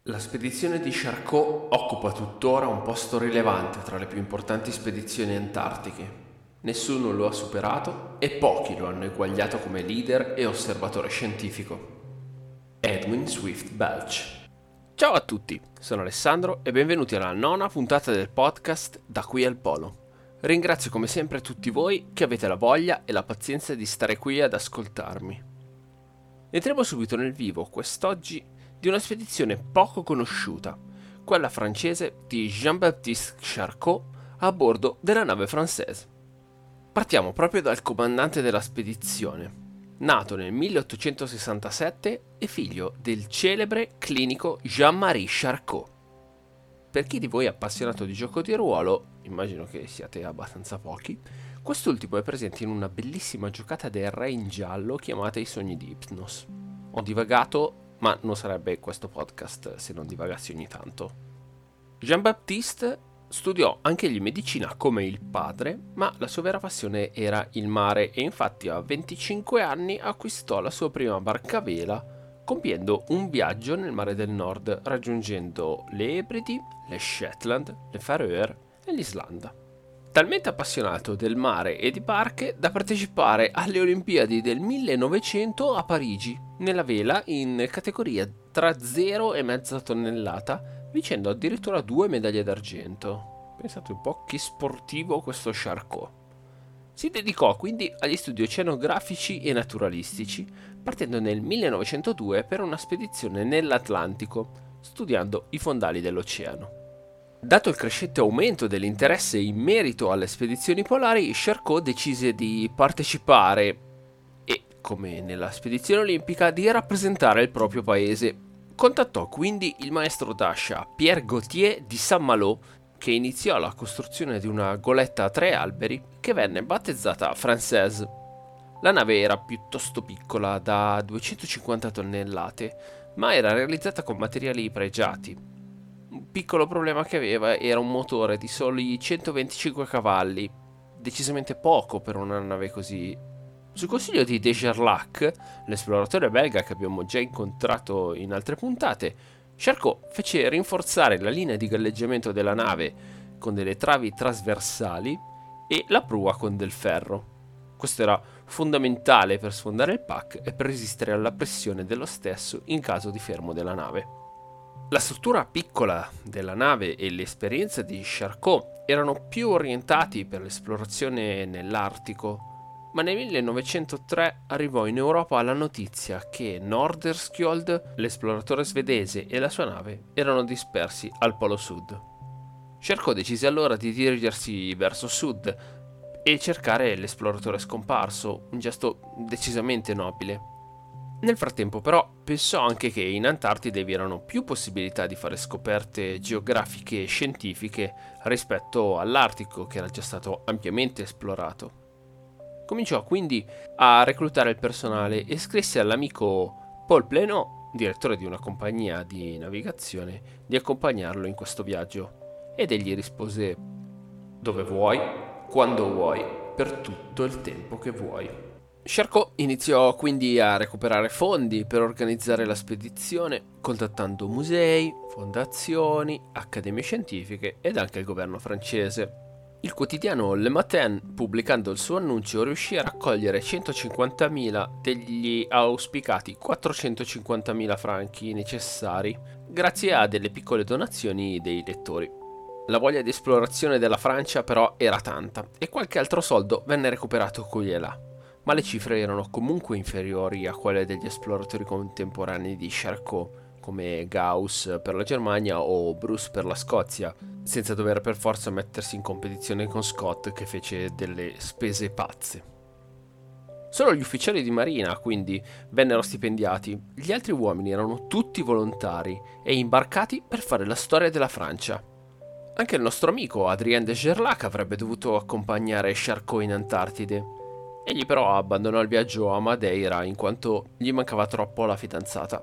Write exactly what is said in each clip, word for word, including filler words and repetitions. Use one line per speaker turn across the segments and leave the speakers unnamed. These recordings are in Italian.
La spedizione di Charcot occupa tuttora un posto rilevante tra le più importanti spedizioni antartiche. Nessuno lo ha superato e pochi lo hanno eguagliato come leader e osservatore scientifico. Edwin Swift Belch. Ciao a tutti, sono Alessandro e benvenuti alla nona puntata del podcast Da qui al Polo. Ringrazio come sempre tutti voi che avete la voglia e la pazienza di stare qui ad ascoltarmi. Entriamo subito nel vivo quest'oggi di una spedizione poco conosciuta, quella francese di Jean-Baptiste Charcot a bordo della nave Française. Partiamo proprio dal comandante della spedizione, nato nel milleottocentosessantasette e figlio del celebre clinico Jean-Marie Charcot. Per chi di voi è appassionato di gioco di ruolo, immagino che siate abbastanza pochi, quest'ultimo è presente in una bellissima giocata del re in giallo chiamata I sogni di Hypnos. Ho divagato, ma non sarebbe questo podcast se non divagassi ogni tanto. Jean-Baptiste studiò anche gli medicina come il padre, ma la sua vera passione era il mare e infatti a venticinque anni acquistò la sua prima barca a vela, compiendo un viaggio nel mare del nord, raggiungendo le Ebridi, le Shetland, le Faroe e l'Islanda. Talmente appassionato del mare e di barche da partecipare alle Olimpiadi del millenovecento a Parigi, nella vela in categoria tra zero e mezza tonnellata, vincendo addirittura due medaglie d'argento. Pensate un po' che sportivo questo Charcot. Si dedicò quindi agli studi oceanografici e naturalistici, partendo nel millenovecentodue per una spedizione nell'Atlantico, studiando i fondali dell'oceano. Dato il crescente aumento dell'interesse in merito alle spedizioni polari, Charcot decise di partecipare e, come nella spedizione olimpica, di rappresentare il proprio paese. Contattò quindi il maestro d'ascia Pierre Gauthier di Saint-Malo, che iniziò la costruzione di una goletta a tre alberi che venne battezzata Française. La nave era piuttosto piccola, da duecentocinquanta tonnellate, ma era realizzata con materiali pregiati. Un piccolo problema che aveva era un motore di soli centoventicinque cavalli, decisamente poco per una nave così. Su consiglio di de Gerlac, l'esploratore belga che abbiamo già incontrato in altre puntate, Charcot fece rinforzare la linea di galleggiamento della nave con delle travi trasversali e la prua con del ferro. Questo era fondamentale per sfondare il pack e per resistere alla pressione dello stesso in caso di fermo della nave. La struttura piccola della nave e l'esperienza di Charcot erano più orientati per l'esplorazione nell'Artico, ma nel millenovecentotre arrivò in Europa la notizia che Norderskjold, l'esploratore svedese, e la sua nave erano dispersi al Polo Sud. Charcot decise allora di dirigersi verso sud e cercare l'esploratore scomparso, un gesto decisamente nobile. Nel frattempo però pensò anche che in Antartide vi erano più possibilità di fare scoperte geografiche e scientifiche rispetto all'Artico, che era già stato ampiamente esplorato. Cominciò quindi a reclutare il personale e scrisse all'amico Paul Plenot, direttore di una compagnia di navigazione, di accompagnarlo in questo viaggio. Ed egli rispose: "Dove vuoi, quando vuoi, per tutto il tempo che vuoi". Charcot iniziò quindi a recuperare fondi per organizzare la spedizione, contattando musei, fondazioni, accademie scientifiche ed anche il governo francese. Il quotidiano Le Matin, pubblicando il suo annuncio, riuscì a raccogliere centocinquantamila degli auspicati quattrocentocinquantamila franchi necessari, grazie a delle piccole donazioni dei lettori. La voglia di esplorazione della Francia però era tanta e qualche altro soldo venne recuperato qui e là, ma le cifre erano comunque inferiori a quelle degli esploratori contemporanei di Charcot, come Gauss per la Germania o Bruce per la Scozia, senza dover per forza mettersi in competizione con Scott, che fece delle spese pazze. Solo gli ufficiali di marina, quindi, vennero stipendiati. Gli altri uomini erano tutti volontari e imbarcati per fare la storia della Francia. Anche il nostro amico Adrien de Gerlac avrebbe dovuto accompagnare Charcot in Antartide. Egli però abbandonò il viaggio a Madeira in quanto gli mancava troppo la fidanzata.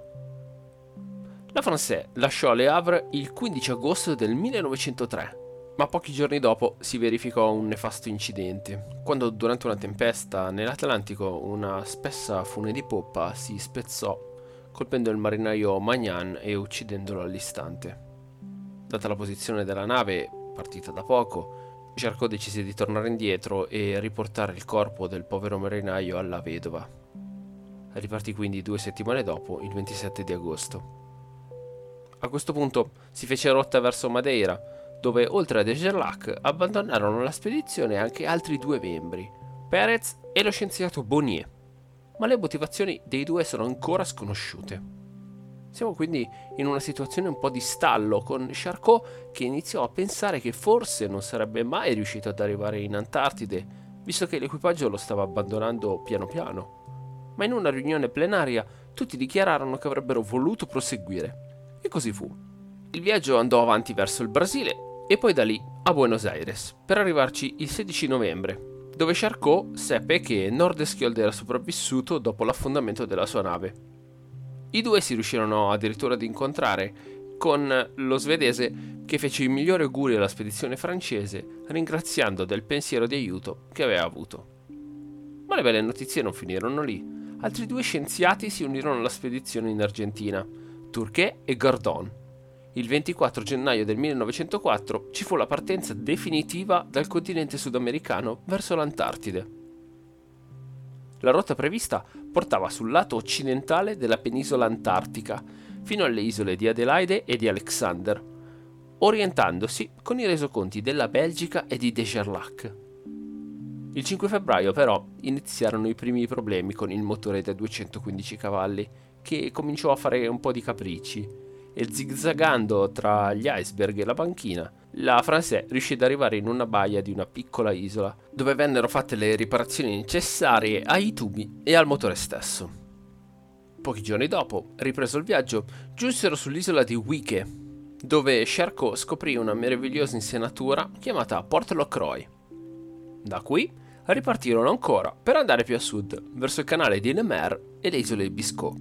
La Française lasciò Le Havre il quindici agosto del millenovecentotre, ma pochi giorni dopo si verificò un nefasto incidente, quando durante una tempesta nell'Atlantico una spessa fune di poppa si spezzò, colpendo il marinaio Magnan e uccidendolo all'istante. Data la posizione della nave, partita da poco, Charcot decise di tornare indietro e riportare il corpo del povero marinaio alla vedova. Ripartì quindi due settimane dopo, il ventisette di agosto. A questo punto si fece rotta verso Madeira, dove oltre a De Gerlac abbandonarono la spedizione anche altri due membri, Pérez e lo scienziato Bonnier, ma le motivazioni dei due sono ancora sconosciute. Siamo quindi in una situazione un po' di stallo, con Charcot che iniziò a pensare che forse non sarebbe mai riuscito ad arrivare in Antartide, visto che l'equipaggio lo stava abbandonando piano piano. Ma in una riunione plenaria tutti dichiararono che avrebbero voluto proseguire. E così fu. Il viaggio andò avanti verso il Brasile e poi da lì a Buenos Aires, per arrivarci il sedici novembre, dove Charcot seppe che Nordenskjöld era sopravvissuto dopo l'affondamento della sua nave. I due si riuscirono addirittura ad incontrare, con lo svedese che fece i migliori auguri alla spedizione francese, ringraziando del pensiero di aiuto che aveva avuto. Ma le belle notizie non finirono lì. Altri due scienziati si unirono alla spedizione in Argentina, Turquet e Gordon. Il ventiquattro gennaio del millenovecentoquattro ci fu la partenza definitiva dal continente sudamericano verso l'Antartide. La rotta prevista portava sul lato occidentale della penisola antartica, fino alle isole di Adelaide e di Alexander, orientandosi con i resoconti della Belgica e di De Gerlac. Il cinque febbraio però iniziarono i primi problemi con il motore da duecentoquindici cavalli, che cominciò a fare un po' di capricci, e zigzagando tra gli iceberg e la banchina, la Français riuscì ad arrivare in una baia di una piccola isola, dove vennero fatte le riparazioni necessarie ai tubi e al motore stesso. Pochi giorni dopo, ripreso il viaggio, giunsero sull'isola di Wique, dove Charcot scoprì una meravigliosa insenatura chiamata Port Locroix. Da qui ripartirono ancora per andare più a sud, verso il canale di Le Maire e le isole di Biscot.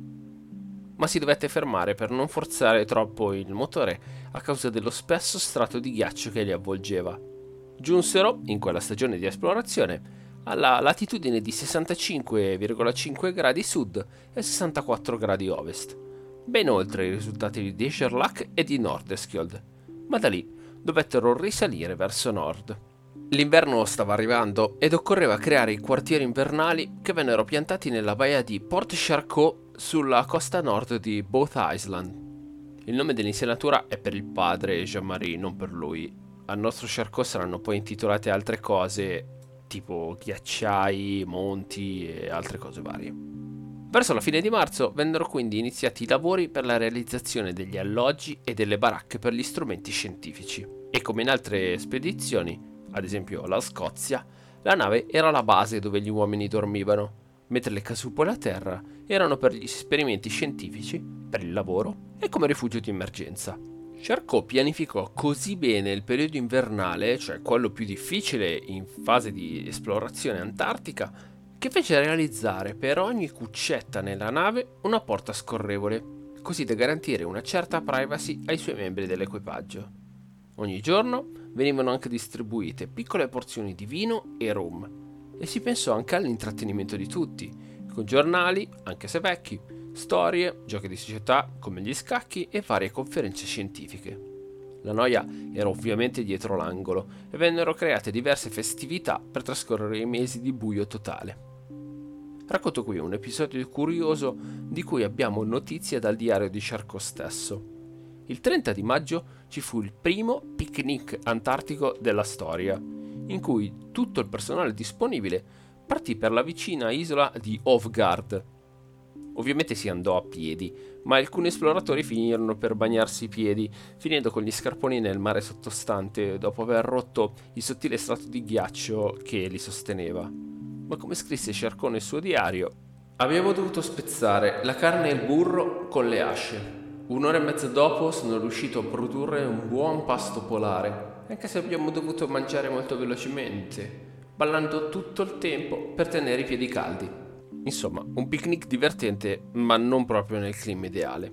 Ma si dovette fermare per non forzare troppo il motore a causa dello spesso strato di ghiaccio che li avvolgeva. Giunsero, in quella stagione di esplorazione, alla latitudine di sessantacinque virgola cinque gradi sud e sessantaquattro gradi ovest, ben oltre i risultati di De Gerlac e di Nordenskjöld, ma da lì dovettero risalire verso nord. L'inverno stava arrivando ed occorreva creare i quartieri invernali che vennero piantati nella baia di Port Charcot sulla costa nord di Both Island. Il nome dell'insenatura è per il padre Jean-Marie, non per lui. Al nostro Charcot saranno poi intitolate altre cose, tipo ghiacciai, monti e altre cose varie. Verso la fine di marzo vennero quindi iniziati i lavori per la realizzazione degli alloggi e delle baracche per gli strumenti scientifici. E come in altre spedizioni, ad esempio la Scozia, la nave era la base dove gli uomini dormivano, mentre le casupole a terra erano per gli esperimenti scientifici, per il lavoro e come rifugio di emergenza. Charcot pianificò così bene il periodo invernale, cioè quello più difficile in fase di esplorazione antartica, che fece realizzare per ogni cuccetta nella nave una porta scorrevole, così da garantire una certa privacy ai suoi membri dell'equipaggio. Ogni giorno venivano anche distribuite piccole porzioni di vino e rum, e si pensò anche all'intrattenimento di tutti, con giornali, anche se vecchi, storie, giochi di società come gli scacchi e varie conferenze scientifiche. La noia era ovviamente dietro l'angolo e vennero create diverse festività per trascorrere i mesi di buio totale. Racconto qui un episodio curioso di cui abbiamo notizia dal diario di Charcot stesso. Il trenta di maggio ci fu il primo picnic antartico della storia, in cui tutto il personale disponibile partì per la vicina isola di Hofgaard. Ovviamente si andò a piedi, ma alcuni esploratori finirono per bagnarsi i piedi, finendo con gli scarponi nel mare sottostante dopo aver rotto il sottile strato di ghiaccio che li sosteneva. Ma come scrisse Charcot nel suo diario, avevo dovuto spezzare la carne e il burro con le asce. Un'ora e mezza dopo sono riuscito a produrre un buon pasto polare, anche se abbiamo dovuto mangiare molto velocemente, ballando tutto il tempo per tenere i piedi caldi. Insomma, un picnic divertente, ma non proprio nel clima ideale.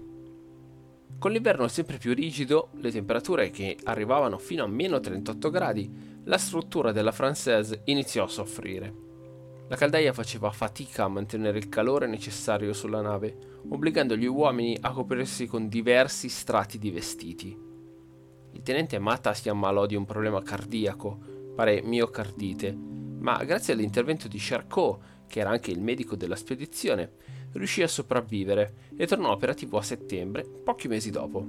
Con l'inverno sempre più rigido, le temperature che arrivavano fino a meno trentotto gradi, la struttura della Française iniziò a soffrire. La caldaia faceva fatica a mantenere il calore necessario sulla nave, obbligando gli uomini a coprirsi con diversi strati di vestiti. Il tenente Mata si ammalò di un problema cardiaco, pare miocardite, ma grazie all'intervento di Charcot, che era anche il medico della spedizione, riuscì a sopravvivere e tornò operativo a settembre, pochi mesi dopo.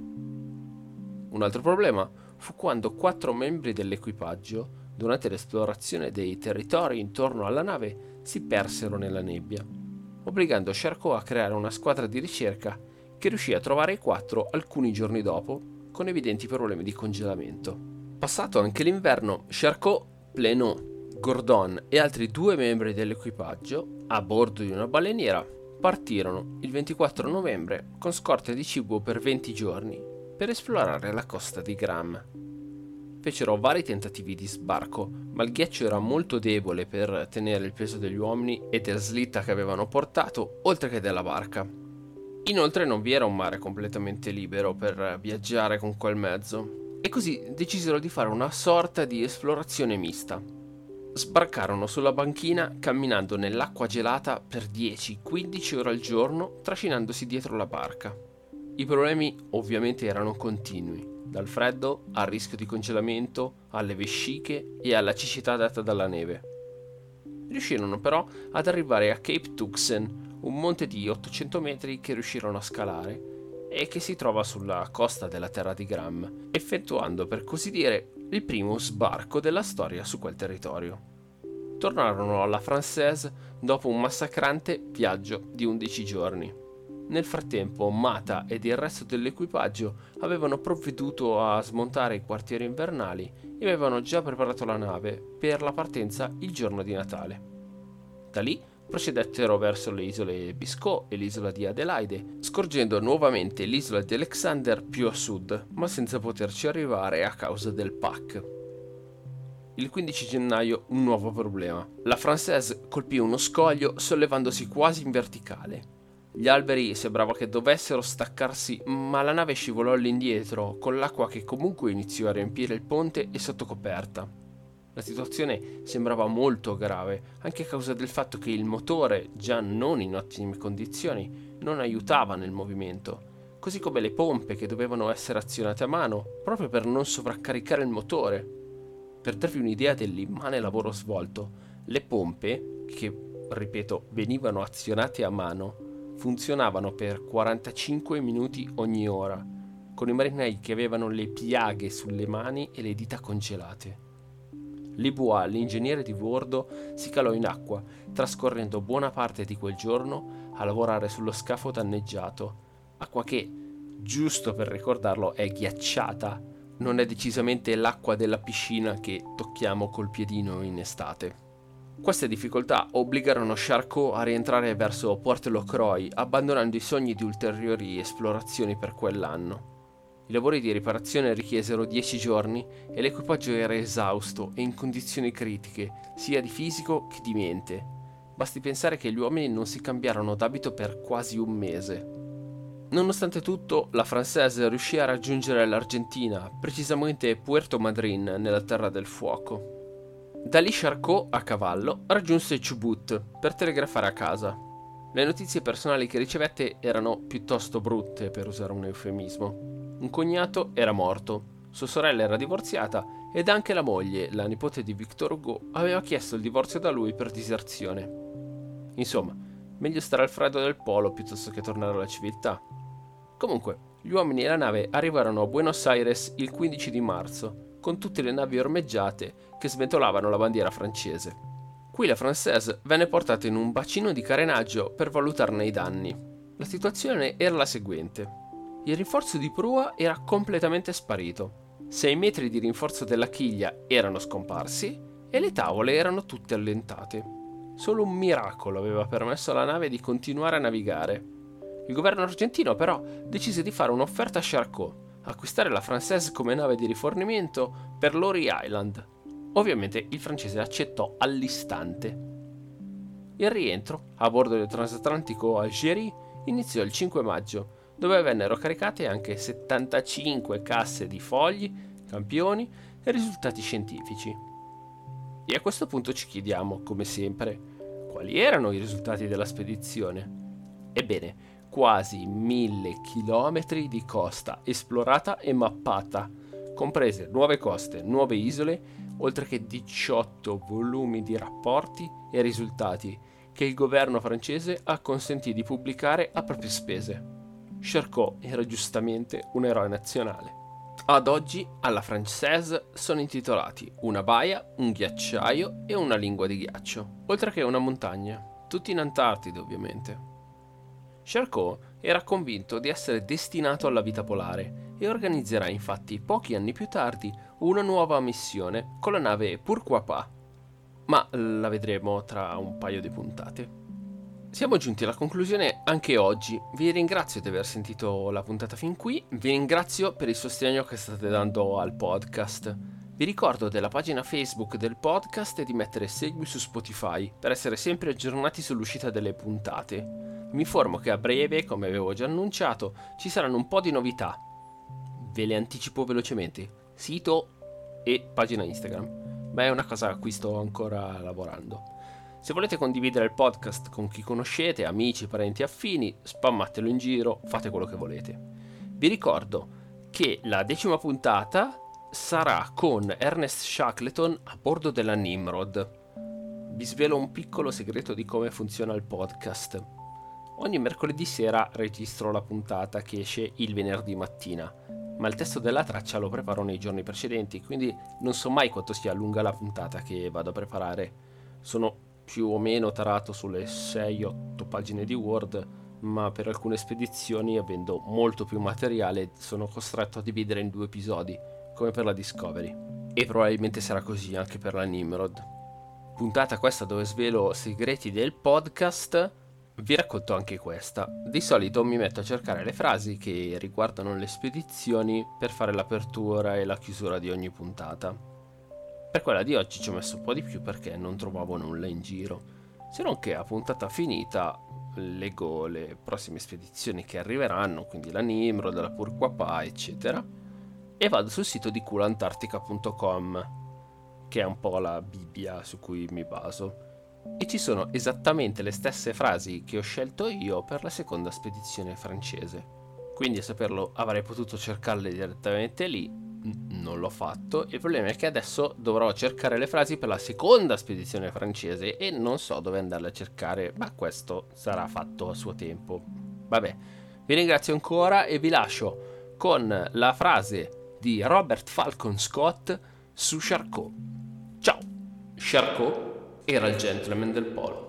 Un altro problema fu quando quattro membri dell'equipaggio, durante l'esplorazione dei territori intorno alla nave, si persero nella nebbia, obbligando Charcot a creare una squadra di ricerca che riuscì a trovare i quattro alcuni giorni dopo, con evidenti problemi di congelamento. Passato anche l'inverno, Charcot, Plenot, Gordon e altri due membri dell'equipaggio, a bordo di una baleniera, partirono il ventiquattro novembre con scorte di cibo per venti giorni per esplorare la costa di Gram. Fecero vari tentativi di sbarco, ma il ghiaccio era molto debole per tenere il peso degli uomini e della slitta che avevano portato, oltre che della barca. Inoltre non vi era un mare completamente libero per viaggiare con quel mezzo, e così decisero di fare una sorta di esplorazione mista. Sbarcarono sulla banchina camminando nell'acqua gelata per dieci quindici ore al giorno, trascinandosi dietro la barca. I problemi ovviamente erano continui, dal freddo al rischio di congelamento, alle vesciche e alla cecità data dalla neve. Riuscirono però ad arrivare a Cape Tuxen, un monte di ottocento metri che riuscirono a scalare e che si trova sulla costa della terra di Gram, effettuando per così dire il primo sbarco della storia su quel territorio. Tornarono alla Française dopo un massacrante viaggio di undici giorni. Nel frattempo Mata ed il resto dell'equipaggio avevano provveduto a smontare i quartieri invernali e avevano già preparato la nave per la partenza il giorno di Natale. Da lì procedettero verso le isole Biscot e l'isola di Adelaide, scorgendo nuovamente l'isola di Alexander più a sud, ma senza poterci arrivare a causa del P A C. Il quindici gennaio un nuovo problema. La Française colpì uno scoglio sollevandosi quasi in verticale. Gli alberi sembrava che dovessero staccarsi, ma la nave scivolò all'indietro, con l'acqua che comunque iniziò a riempire il ponte e sottocoperta. La situazione sembrava molto grave, anche a causa del fatto che il motore, già non in ottime condizioni, non aiutava nel movimento, così come le pompe che dovevano essere azionate a mano, proprio per non sovraccaricare il motore. Per darvi un'idea dell'immane lavoro svolto, le pompe, che, ripeto, venivano azionate a mano, funzionavano per quarantacinque minuti ogni ora, con i marinai che avevano le piaghe sulle mani e le dita congelate. Libois, l'ingegnere di bordo, si calò in acqua, trascorrendo buona parte di quel giorno a lavorare sullo scafo danneggiato, acqua che, giusto per ricordarlo, è ghiacciata, non è decisamente l'acqua della piscina che tocchiamo col piedino in estate. Queste difficoltà obbligarono Charcot a rientrare verso Port-Locroix, abbandonando i sogni di ulteriori esplorazioni per quell'anno. I lavori di riparazione richiesero dieci giorni e l'equipaggio era esausto e in condizioni critiche, sia di fisico che di mente. Basti pensare che gli uomini non si cambiarono d'abito per quasi un mese. Nonostante tutto, la Française riuscì a raggiungere l'Argentina, precisamente Puerto Madryn, nella Terra del Fuoco. Da lì Charcot, a cavallo, raggiunse Chubut per telegrafare a casa. Le notizie personali che ricevette erano piuttosto brutte, per usare un eufemismo. Un cognato era morto, sua sorella era divorziata ed anche la moglie, la nipote di Victor Hugo, aveva chiesto il divorzio da lui per diserzione. Insomma, meglio stare al freddo del polo piuttosto che tornare alla civiltà. Comunque, gli uomini e la nave arrivarono a Buenos Aires il quindici di marzo, con tutte le navi ormeggiate che sventolavano la bandiera francese. Qui la Française venne portata in un bacino di carenaggio per valutarne i danni. La situazione era la seguente. Il rinforzo di prua era completamente sparito. Sei metri di rinforzo della chiglia erano scomparsi e le tavole erano tutte allentate. Solo un miracolo aveva permesso alla nave di continuare a navigare. Il governo argentino però decise di fare un'offerta a Charcot, acquistare la Française come nave di rifornimento per Laurie Island. Ovviamente il francese accettò all'istante. Il rientro a bordo del transatlantico Algérie iniziò il cinque maggio, dove vennero caricate anche settantacinque casse di fogli, campioni e risultati scientifici. E a questo punto ci chiediamo, come sempre, quali erano i risultati della spedizione? Ebbene, quasi mille chilometri di costa esplorata e mappata, comprese nuove coste, nuove isole, oltre che diciotto volumi di rapporti e risultati che il governo francese ha consentito di pubblicare a proprie spese. Charcot era giustamente un eroe nazionale. Ad oggi, alla Française sono intitolati una baia, un ghiacciaio e una lingua di ghiaccio, oltre che una montagna, tutti in Antartide ovviamente. Charcot era convinto di essere destinato alla vita polare e organizzerà infatti pochi anni più tardi una nuova missione con la nave Pourquoi Pas, ma la vedremo tra un paio di puntate. Siamo giunti alla conclusione anche oggi. Vi ringrazio di aver sentito la puntata fin qui, vi ringrazio per il sostegno che state dando al podcast. Vi ricordo della pagina Facebook del podcast e di mettere segui su Spotify per essere sempre aggiornati sull'uscita delle puntate. Mi informo che a breve, come avevo già annunciato, ci saranno un po' di novità. Ve le anticipo velocemente. Sito e pagina Instagram. Ma è una cosa a cui sto ancora lavorando. Se volete condividere il podcast con chi conoscete, amici, parenti affini, spammatelo in giro, fate quello che volete. Vi ricordo che la decima puntata sarà con Ernest Shackleton a bordo della Nimrod. Vi svelo un piccolo segreto di come funziona il podcast. Ogni mercoledì sera registro la puntata che esce il venerdì mattina, ma il testo della traccia lo preparo nei giorni precedenti, quindi non so mai quanto sia lunga la puntata che vado a preparare. Sono più o meno tarato sulle sei otto pagine di Word, ma per alcune spedizioni, avendo molto più materiale, sono costretto a dividere in due episodi, come per la Discovery. E probabilmente sarà così anche per la Nimrod. Puntata questa dove svelo segreti del podcast. Vi racconto anche questa. Di solito mi metto a cercare le frasi che riguardano le spedizioni per fare l'apertura e la chiusura di ogni puntata. Per quella di oggi ci ho messo un po' di più perché non trovavo nulla in giro. Se non che a puntata finita leggo le prossime spedizioni che arriveranno, quindi la Nimrod, la Pourquoi Pas, eccetera, e vado sul sito di culantartica punto com, che è un po' la Bibbia su cui mi baso. E ci sono esattamente le stesse frasi che ho scelto io per la seconda spedizione francese. Quindi a saperlo avrei potuto cercarle direttamente lì, non l'ho fatto, e il problema è che adesso dovrò cercare le frasi per la seconda spedizione francese e non so dove andarle a cercare, ma questo sarà fatto a suo tempo. Vabbè, vi ringrazio ancora e vi lascio con la frase di Robert Falcon Scott su Charcot. Ciao! Charcot era il gentleman del polo.